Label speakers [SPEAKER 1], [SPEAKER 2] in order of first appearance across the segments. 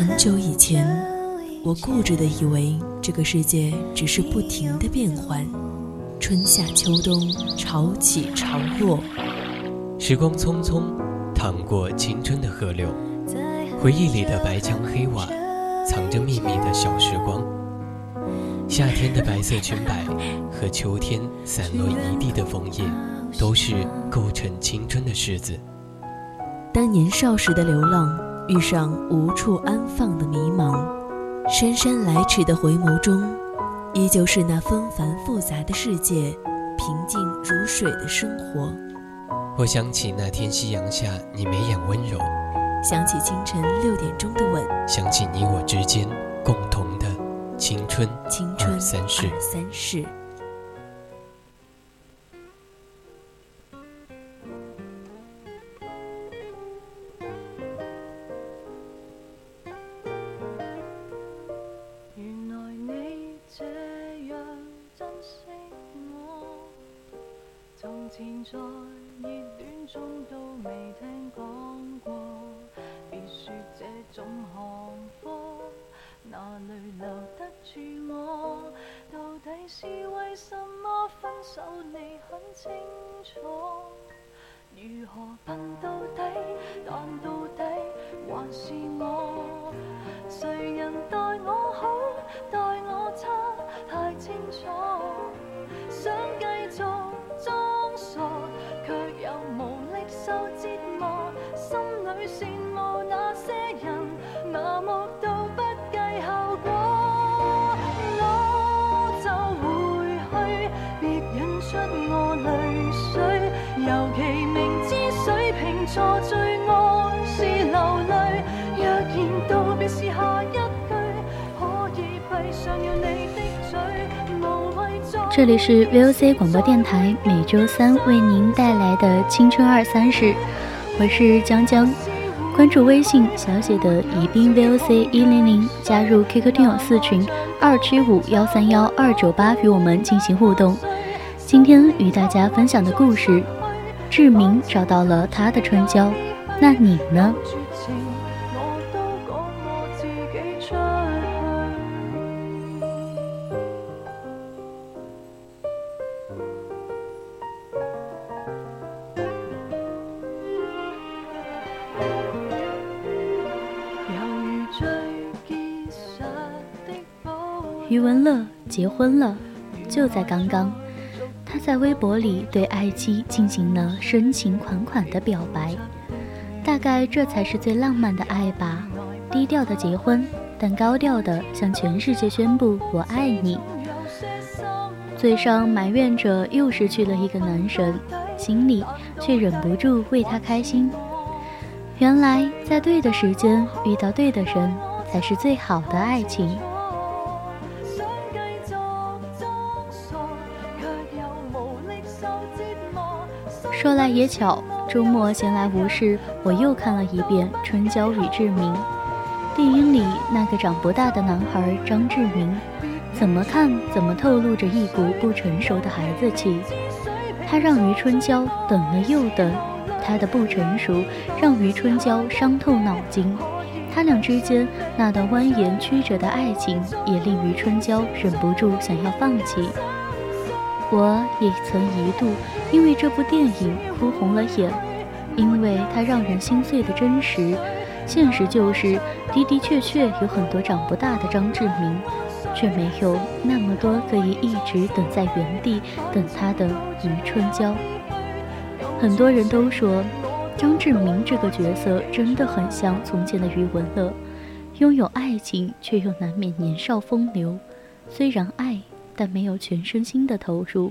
[SPEAKER 1] 很久以前，我固执地以为这个世界只是不停的变换，春夏秋冬，潮起潮落。
[SPEAKER 2] 时光匆匆，淌过青春的河流，回忆里的白墙黑瓦，藏着秘密的小时光。夏天的白色裙摆和秋天散落一地的枫叶，都是构成青春的式子。
[SPEAKER 1] 当年少时的流浪遇上无处安放的迷茫，姗姗来迟的回眸中，依旧是那纷繁复杂的世界，平静如水的生活。
[SPEAKER 2] 我想起那天夕阳下你眉眼温柔，
[SPEAKER 1] 想起清晨6点钟的吻，
[SPEAKER 2] 想起你我之间共同的青春二三事。
[SPEAKER 3] 从前在热戀中都未聽講過，別說這種行貨哪裏留得住我？到底是為什麼分手你很清楚？如何笨到底，但到底還是我。誰人待我好，待我差，太清楚。想繼續裝傻，卻又無力受折磨，心裏羨慕那些人，麻木到不計後果。我就回去，別引出我淚水，尤其明知水瓶座最愛是流淚。若然道別是下一句，可以閉上了你的嘴，無謂再。
[SPEAKER 4] 這裡是 VOC 廣播電台，每週三為您帶來的青春二三事，我是江江。關注微信小寫的宜賓 VOC 100，加入 QQ 聽友4群275131298與我們進行互動。今天與大家分享的故事，志明找到了他的春嬌，那你呢？余文乐结婚了，就在刚刚，他在微博里对爱妻进行了深情款款的表白。大概这才是最浪漫的爱吧，低调的结婚，但高调的向全世界宣布我爱你。嘴上埋怨着又失去了一个男神，心里却忍不住为他开心。原来在对的时间遇到对的人，才是最好的爱情。说来也巧，周末闲来无事，我又看了一遍《春娇与志明》。电影里那个长不大的男孩张志明，怎么看怎么透露着一股不成熟的孩子气。他让余春娇等了又等，他的不成熟让余春娇伤透脑筋。他俩之间那段蜿蜒曲折的爱情，也令余春娇忍不住想要放弃。我也曾一度因为这部电影哭红了眼，因为它让人心碎的真实。现实就是的确有很多长不大的张志明，却没有那么多可以一直等在原地等他的余春娇。很多人都说张志明这个角色真的很像从前的余文乐，拥有爱情却又难免年少风流，虽然爱但没有全身心的投入。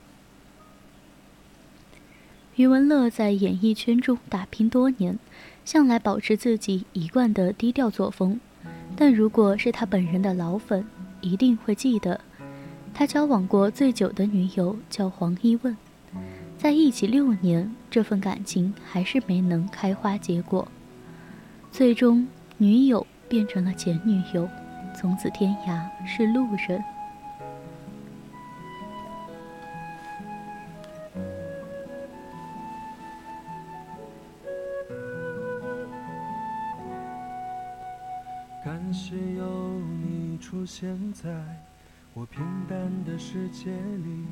[SPEAKER 4] 余文乐在演艺圈中打拼多年，向来保持自己一贯的低调作风，但如果是他本人的老粉，一定会记得，他交往过最久的女友叫黄一问，在一起6年，这份感情还是没能开花结果，最终女友变成了前女友，从此天涯是路人。
[SPEAKER 5] 感谢有你出现在我平淡的世界里，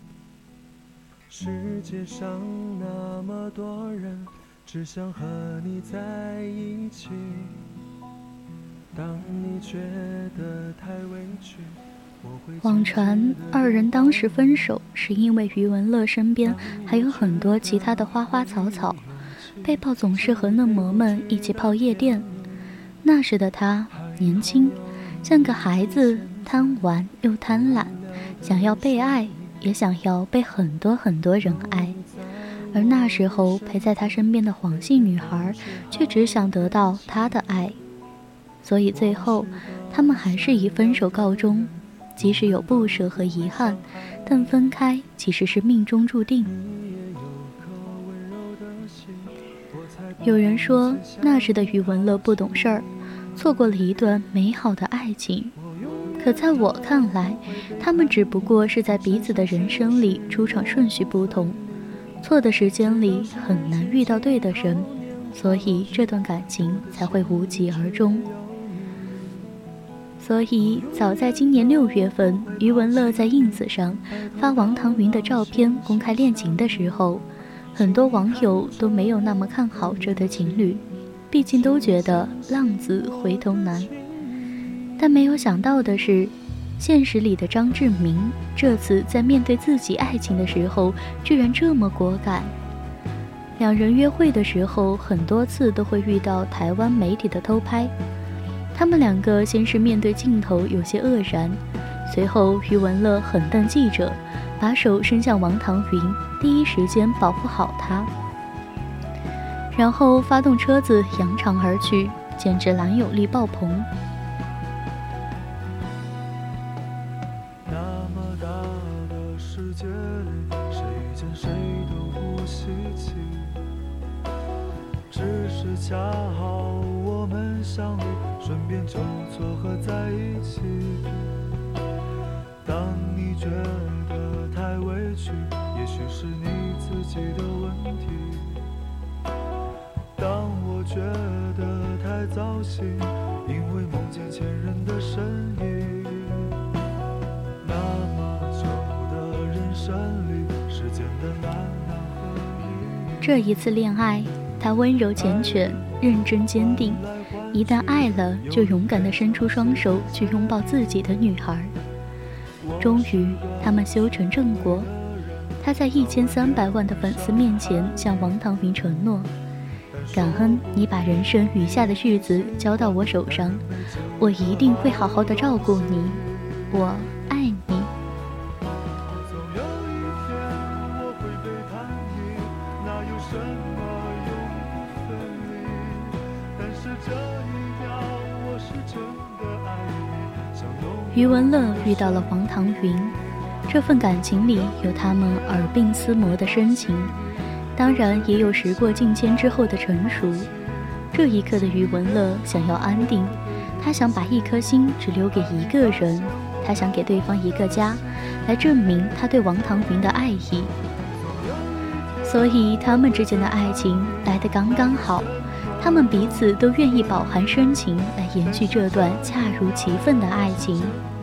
[SPEAKER 5] 世界上那么多人只想和你在一起，当你觉得太委屈，
[SPEAKER 4] 网传二人当时分手是因为余文乐身边还有很多其他的花花草草，被曝总是和嫩模们一起泡夜店。那时的他年轻，像个孩子，贪玩又贪婪，想要被爱，也想要被很多很多人爱。而那时候陪在他身边的黄姓女孩却只想得到他的爱，所以最后他们还是以分手告终。即使有不舍和遗憾，但分开其实是命中注定。有人说那时的余文乐不懂事儿，错过了一段美好的爱情。可在我看来，他们只不过是在彼此的人生里出场顺序不同，错的时间里很难遇到对的人，所以这段感情才会无疾而终。所以早在今年6月份，余文乐在 ins 上发王唐云的照片公开恋情的时候，很多网友都没有那么看好这对情侣，毕竟都觉得浪子回头难。但没有想到的是，现实里的张志明这次在面对自己爱情的时候居然这么果敢。两人约会的时候很多次都会遇到台湾媒体的偷拍，他们两个先是面对镜头有些愕然，随后余文乐狠瞪记者，把手伸向王唐云，第一时间保护好他，然后发动车子扬长而去，简直男友力爆棚。
[SPEAKER 5] 那么大的世界里，谁遇见谁都不稀奇，只是恰好我们相遇，顺便就撮合在一起。当你觉得太委屈，也许是你自己的问题。当我觉得太糟心，因为梦见前任的身影。那么久的人生里，时间的难和你。
[SPEAKER 4] 这一次恋爱，他温柔缱绻，认真坚定，一旦爱了就勇敢地伸出双手去拥抱自己的女孩。终于他们修成正果，他在1300万的粉丝面前向王唐云承诺，感恩你把人生余下的日子交到我手上，我一定会好好的照顾你，我爱你。
[SPEAKER 5] 总有一天我会背叛你，哪有什么永不分离，但是这一秒我是真的爱你，像永远。
[SPEAKER 4] 余文乐遇到了黄唐云，这份感情里有他们耳鬓厮磨的深情，当然也有时过境迁之后的成熟。这一刻的余文乐想要安定，他想把一颗心只留给一个人，他想给对方一个家，来证明他对王唐云的爱意。所以他们之间的爱情来得刚刚好，他们彼此都愿意饱含深情来延续这段恰如其分的爱情。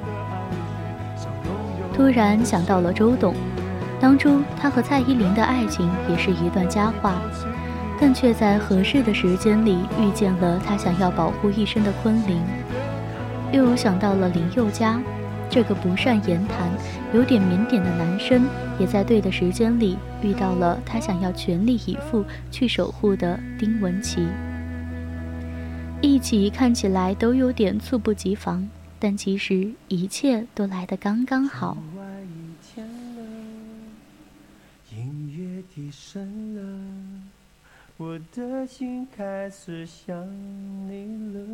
[SPEAKER 4] 突然想到了周董，当初他和蔡依林的爱情也是一段佳话，但却在合适的时间里遇见了他想要保护一生的昆凌。又想到了林宥嘉，这个不善言谈有点腼腆的男生，也在对的时间里遇到了他想要全力以赴去守护的丁文琪。一起看起来都有点猝不及防，但其实一切都来得刚刚好。
[SPEAKER 5] 音乐低声了，我的心开始想你了。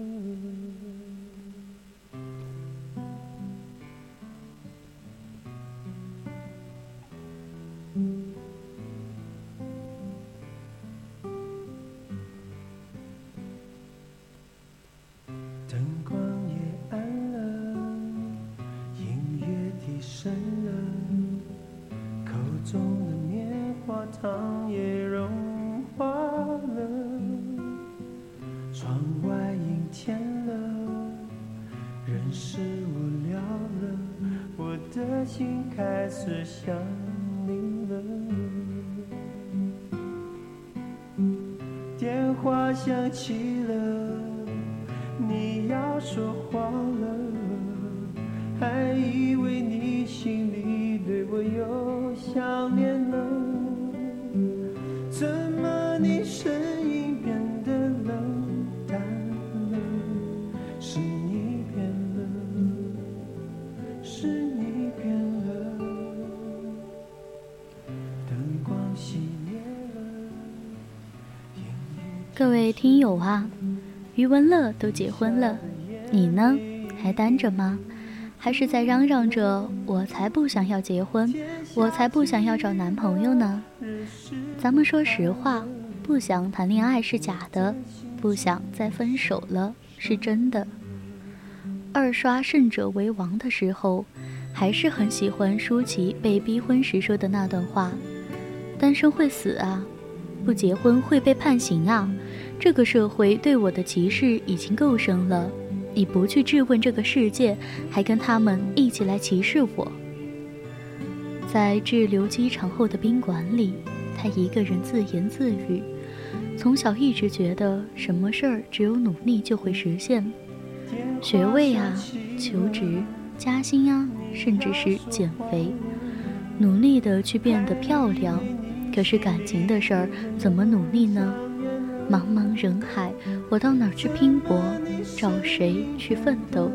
[SPEAKER 5] 灯光也暗了，音乐低声了，口中的棉花糖也融化了，窗外阴天了， 人是无聊了，我的心开始想你了。电话响起了，你要说话了，还以为你心里对我有想念了，怎么你声音变得冷淡了？是你变了，是你变了，灯光熄灭了。
[SPEAKER 4] 各位听友啊，余文乐都结婚了，你呢？还单着吗？还是在嚷嚷着我才不想要结婚，我才不想要找男朋友呢？咱们说实话，不想谈恋爱是假的，不想再分手了是真的。二刷胜者为王的时候，还是很喜欢舒淇被逼婚时说的那段话：单身会死啊，不结婚会被判刑啊，这个社会对我的歧视已经够深了，你不去质问这个世界，还跟他们一起来歧视我。在滞留机场后的宾馆里，他一个人自言自语，从小一直觉得什么事儿只有努力就会实现，学位啊，求职，加薪啊，甚至是减肥，努力的去变得漂亮。可是感情的事儿怎么努力呢？茫茫人海，我到哪儿去拼搏？找谁去奋斗？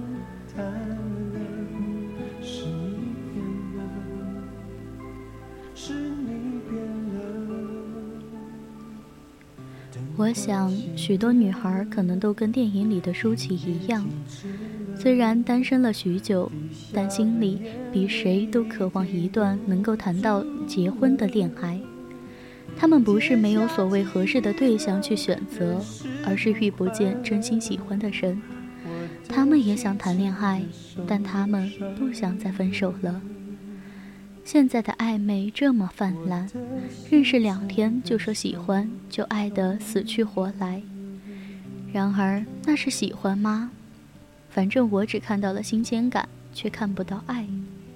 [SPEAKER 4] 我想许多女孩可能都跟电影里的舒淇一样，虽然单身了许久，但心里比谁都渴望一段能够谈到结婚的恋爱。他们不是没有所谓合适的对象去选择，而是遇不见真心喜欢的人。他们也想谈恋爱，但他们不想再分手了。现在的暧昧这么泛滥，认识2天就说喜欢，就爱得死去活来。然而那是喜欢吗？反正我只看到了新鲜感，却看不到爱。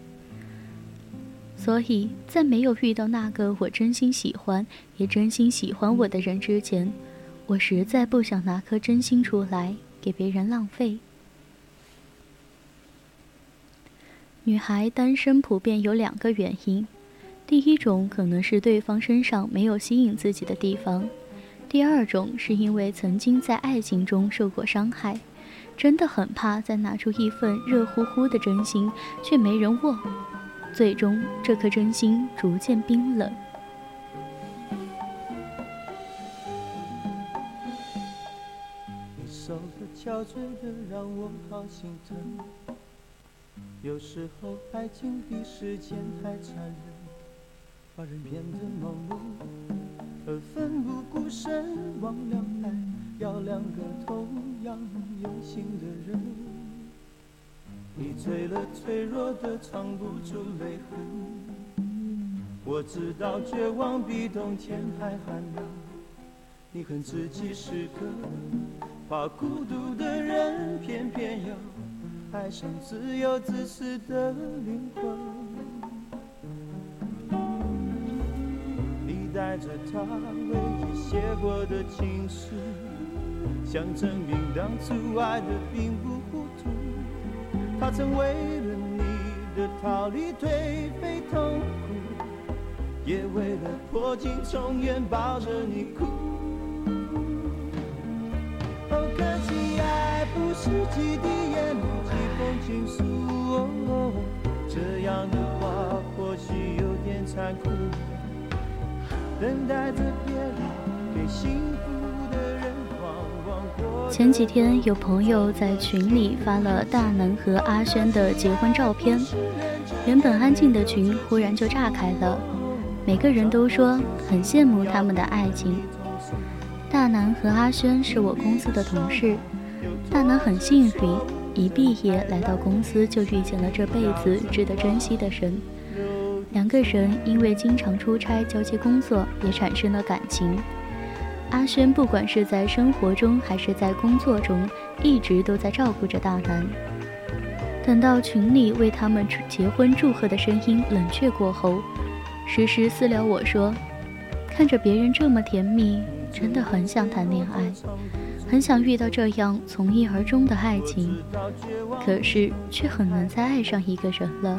[SPEAKER 4] 所以在没有遇到那个我真心喜欢也真心喜欢我的人之前，我实在不想拿颗真心出来给别人浪费。女孩单身普遍有2个原因，第一种可能是对方身上没有吸引自己的地方，第二种是因为曾经在爱情中受过伤害，真的很怕再拿出一份热乎乎的真心却没人握，最终这颗真心逐渐冰冷。
[SPEAKER 5] 你手的憔悴的让我好心疼，有时候爱情比时间还残忍，把人变得忙碌而奋不顾身，忘了爱要2个同样用心的人。你醉了脆弱的藏不住泪痕，我知道绝望比冬天还寒冷，你恨自己是个怕孤独的人，偏偏要爱上自由自私的灵魂。你带着他唯一写过的情书，想证明当初爱的并不糊涂，他曾为了你的逃离颓废痛苦，也为了破镜重圆抱着你哭。哦，可惜爱不是几滴眼泪几封情书，哦，这样的话或许有点残酷，等待着别人给幸福的人往往过。
[SPEAKER 4] 前几天有朋友在群里发了大南和阿轩的结婚照片，原本安静的群忽然就炸开了，每个人都说很羡慕他们的爱情。大南和阿轩是我公司的同事，大南很幸运，一毕业来到公司就遇见了这辈子值得珍惜的人。2个人因为经常出差交接工作，也产生了感情。 阿轩不管是在生活中还是在工作中，一直都在照顾着大南。等到群里为他们结婚祝贺的声音冷却过后，时时私聊我说，看着别人这么甜蜜，真的很想谈恋爱，很想遇到这样从一而终的爱情，可是却很难再爱上一个人了。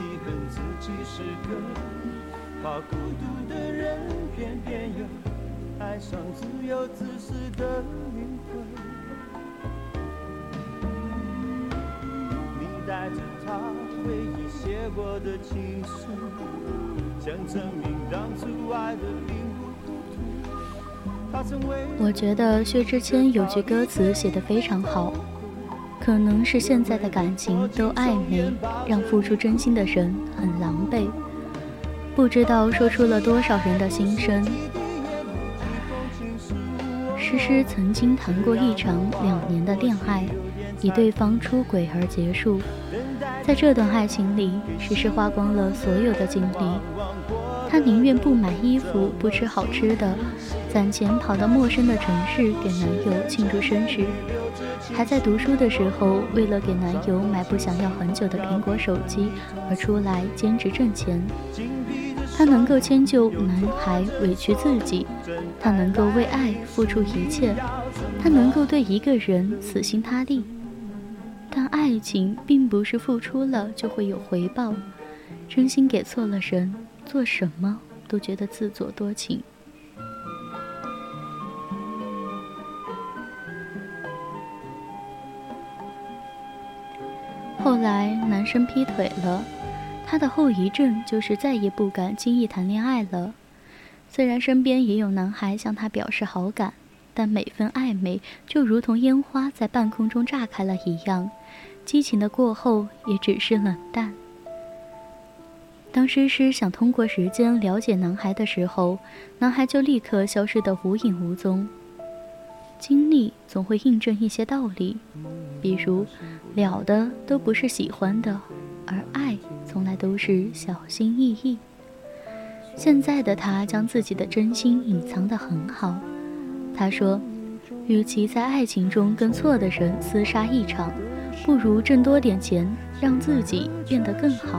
[SPEAKER 5] 怕孤独的人偏偏又爱上自由自私的灵魂。你带着他回忆写过的情书，想证明当初爱的并不糊涂。他曾为
[SPEAKER 4] 我觉得薛之谦有句歌词写得非常好，可能是现在的感情都暧昧，让付出真心的人很狼狈，不知道说出了多少人的心声。诗诗曾经谈过一场2年的恋爱，以对方出轨而结束。在这段爱情里，诗诗花光了所有的精力，她宁愿不买衣服，不吃好吃的，攒钱跑到陌生的城市给男友庆祝生日。还在读书的时候，为了给男友买不想要很久的苹果手机而出来兼职挣钱。她能够迁就男孩委屈自己，她能够为爱付出一切，她能够对一个人死心塌地。但爱情并不是付出了就会有回报，真心给错了人，做什么都觉得自作多情。后来男生劈腿了，他的后遗症就是再也不敢轻易谈恋爱了。虽然身边也有男孩向他表示好感，但每份暧昧就如同烟花在半空中炸开了一样，激情的过后也只是冷淡。当诗诗想通过时间了解男孩的时候，男孩就立刻消失得无影无踪。经历总会印证一些道理，比如了的都不是喜欢的，而爱从来都是小心翼翼。现在的他将自己的真心隐藏得很好。他说，与其在爱情中跟错的人厮杀一场，不如挣多点钱，让自己变得更好。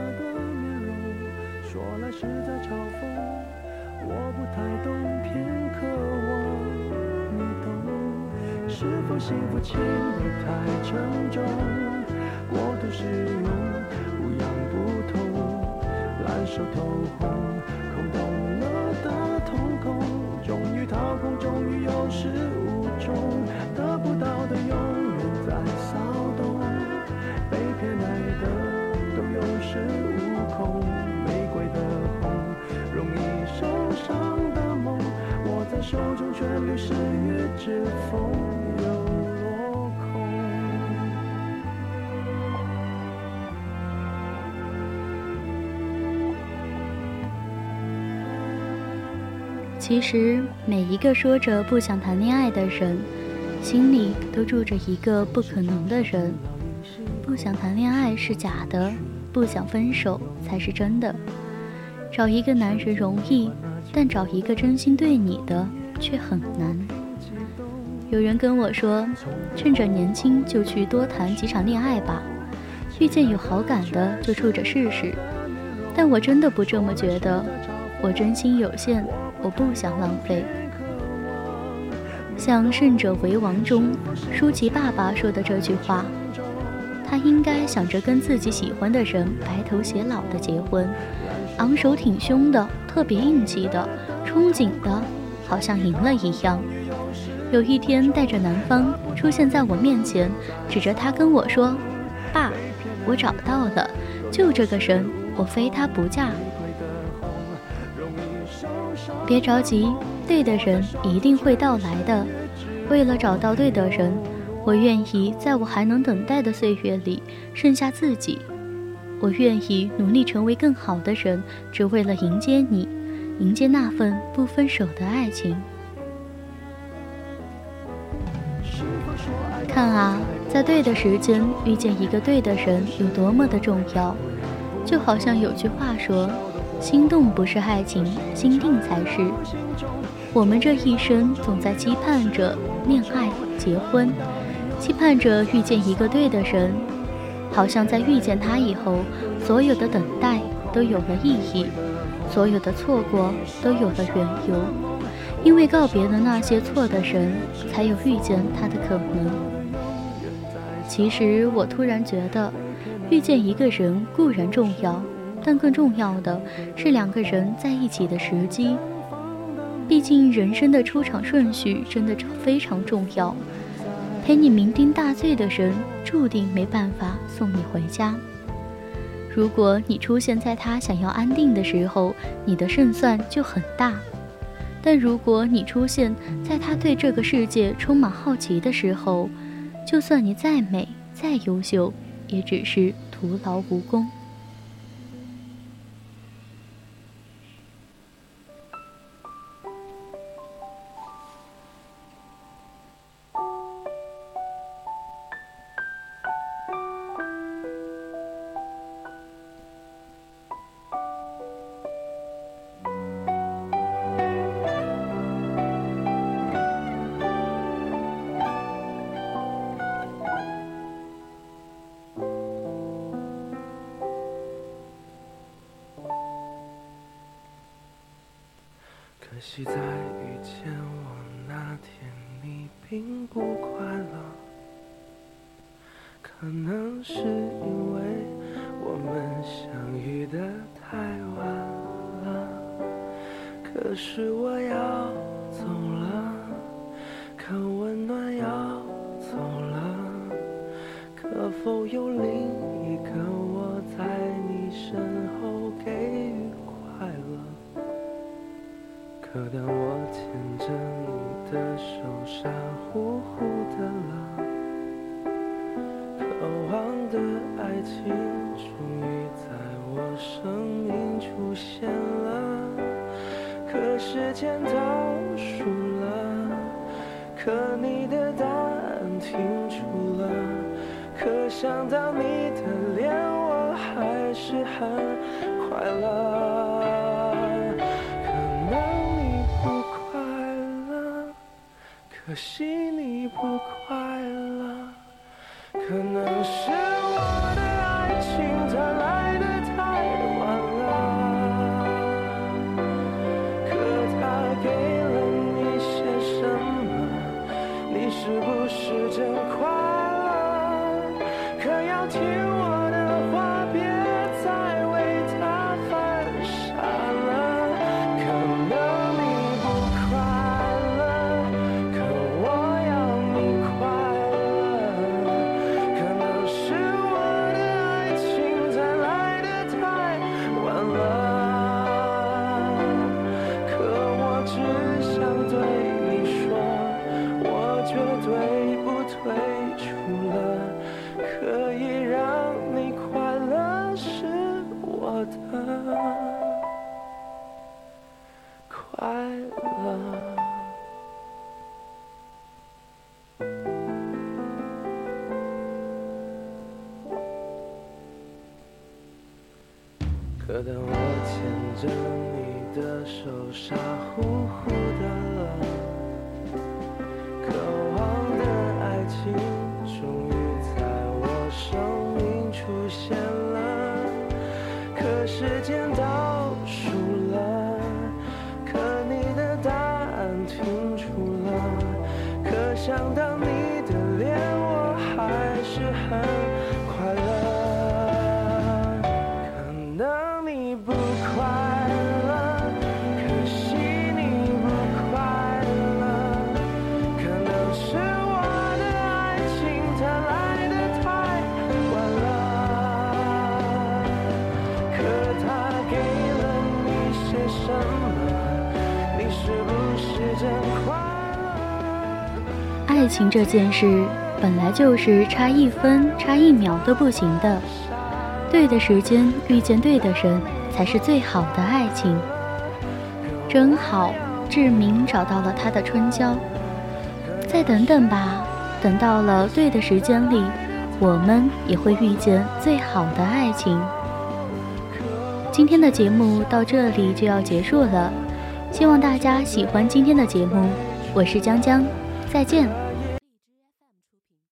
[SPEAKER 5] 说来是在嘲讽，我不太懂，偏渴望你懂。是否幸福轻得太沉重，过度使用不痒不痛，烂熟透红，空洞了的瞳孔，终于掏空，终于有始无终，得不到的永远在骚动，被偏爱的都有恃无恐，玫瑰的红，容易受伤的梦，握在手中却流失于指缝，又落空。
[SPEAKER 4] 其实每一个说着不想谈恋爱的人，心里都住着一个不可能的人。不想谈恋爱是假的，不想分手才是真的。找一个男人容易，但找一个真心对你的却很难。有人跟我说，趁着年轻就去多谈几场恋爱吧，遇见有好感的就处着试试。但我真的不这么觉得，我真心有限，我不想浪费。像《胜者为王》中舒淇爸爸说的这句话，他应该想着跟自己喜欢的人白头偕老的结婚，昂首挺胸的，特别硬气的，憧憬的，好像赢了一样。有一天带着男方出现在我面前，指着他跟我说，爸，我找到了，就这个人，我非他不嫁。别着急，对的人一定会到来的。为了找到对的人，我愿意在我还能等待的岁月里剩下自己。我愿意努力成为更好的人，只为了迎接你，迎接那份不分手的爱情。看啊，在对的时间遇见一个对的人有多么的重要。就好像有句话说，心动不是爱情，心定才是。 我们这一生总在期盼着恋爱、结婚，期盼着遇见一个对的人，好像在遇见他以后，所有的等待都有了意义，所有的错过都有了缘由，因为告别了那些错的人，才有遇见他的可能。其实我突然觉得，遇见一个人固然重要，但更重要的是两个人在一起的时机。毕竟人生的出场顺序真的非常重要，陪你酩酊大醉的人注定没办法送你回家。如果你出现在他想要安定的时候，你的胜算就很大，但如果你出现在他对这个世界充满好奇的时候，就算你再美再优秀，也只是徒劳无功。
[SPEAKER 5] 可惜在遇见我那天，你并不快乐，可能是因为我们相遇的太晚了。可是我要走了，可温暖要走了，可否有另一个我在你身后给予快乐？可当我牵着你的手傻乎乎的了，渴望的爱情终于在我生命出现了。可时间倒数了，可你的答案停住了，可想到你的脸我还是很快乐。可惜你不快乐，可能是我的爱情它来得太晚了，可它给了你些什么？你是不是真快乐？可要听我的话，别再为它犯傻了。可能你不快乐，可当我牵着你的手傻乎乎的了，渴望的爱情终于在我生命出现了。可时间倒数了，可你的答案停住了，可想到你的脸我还是很快乐。
[SPEAKER 4] 爱情这件事本来就是差1分差1秒都不行的，对的时间遇见对的人才是最好的爱情。真好，志明找到了他的春娇。再等等吧，等到了对的时间里，我们也会遇见最好的爱情。今天的节目到这里就要结束了， 希望大家喜欢今天的节目，我是江江，再见。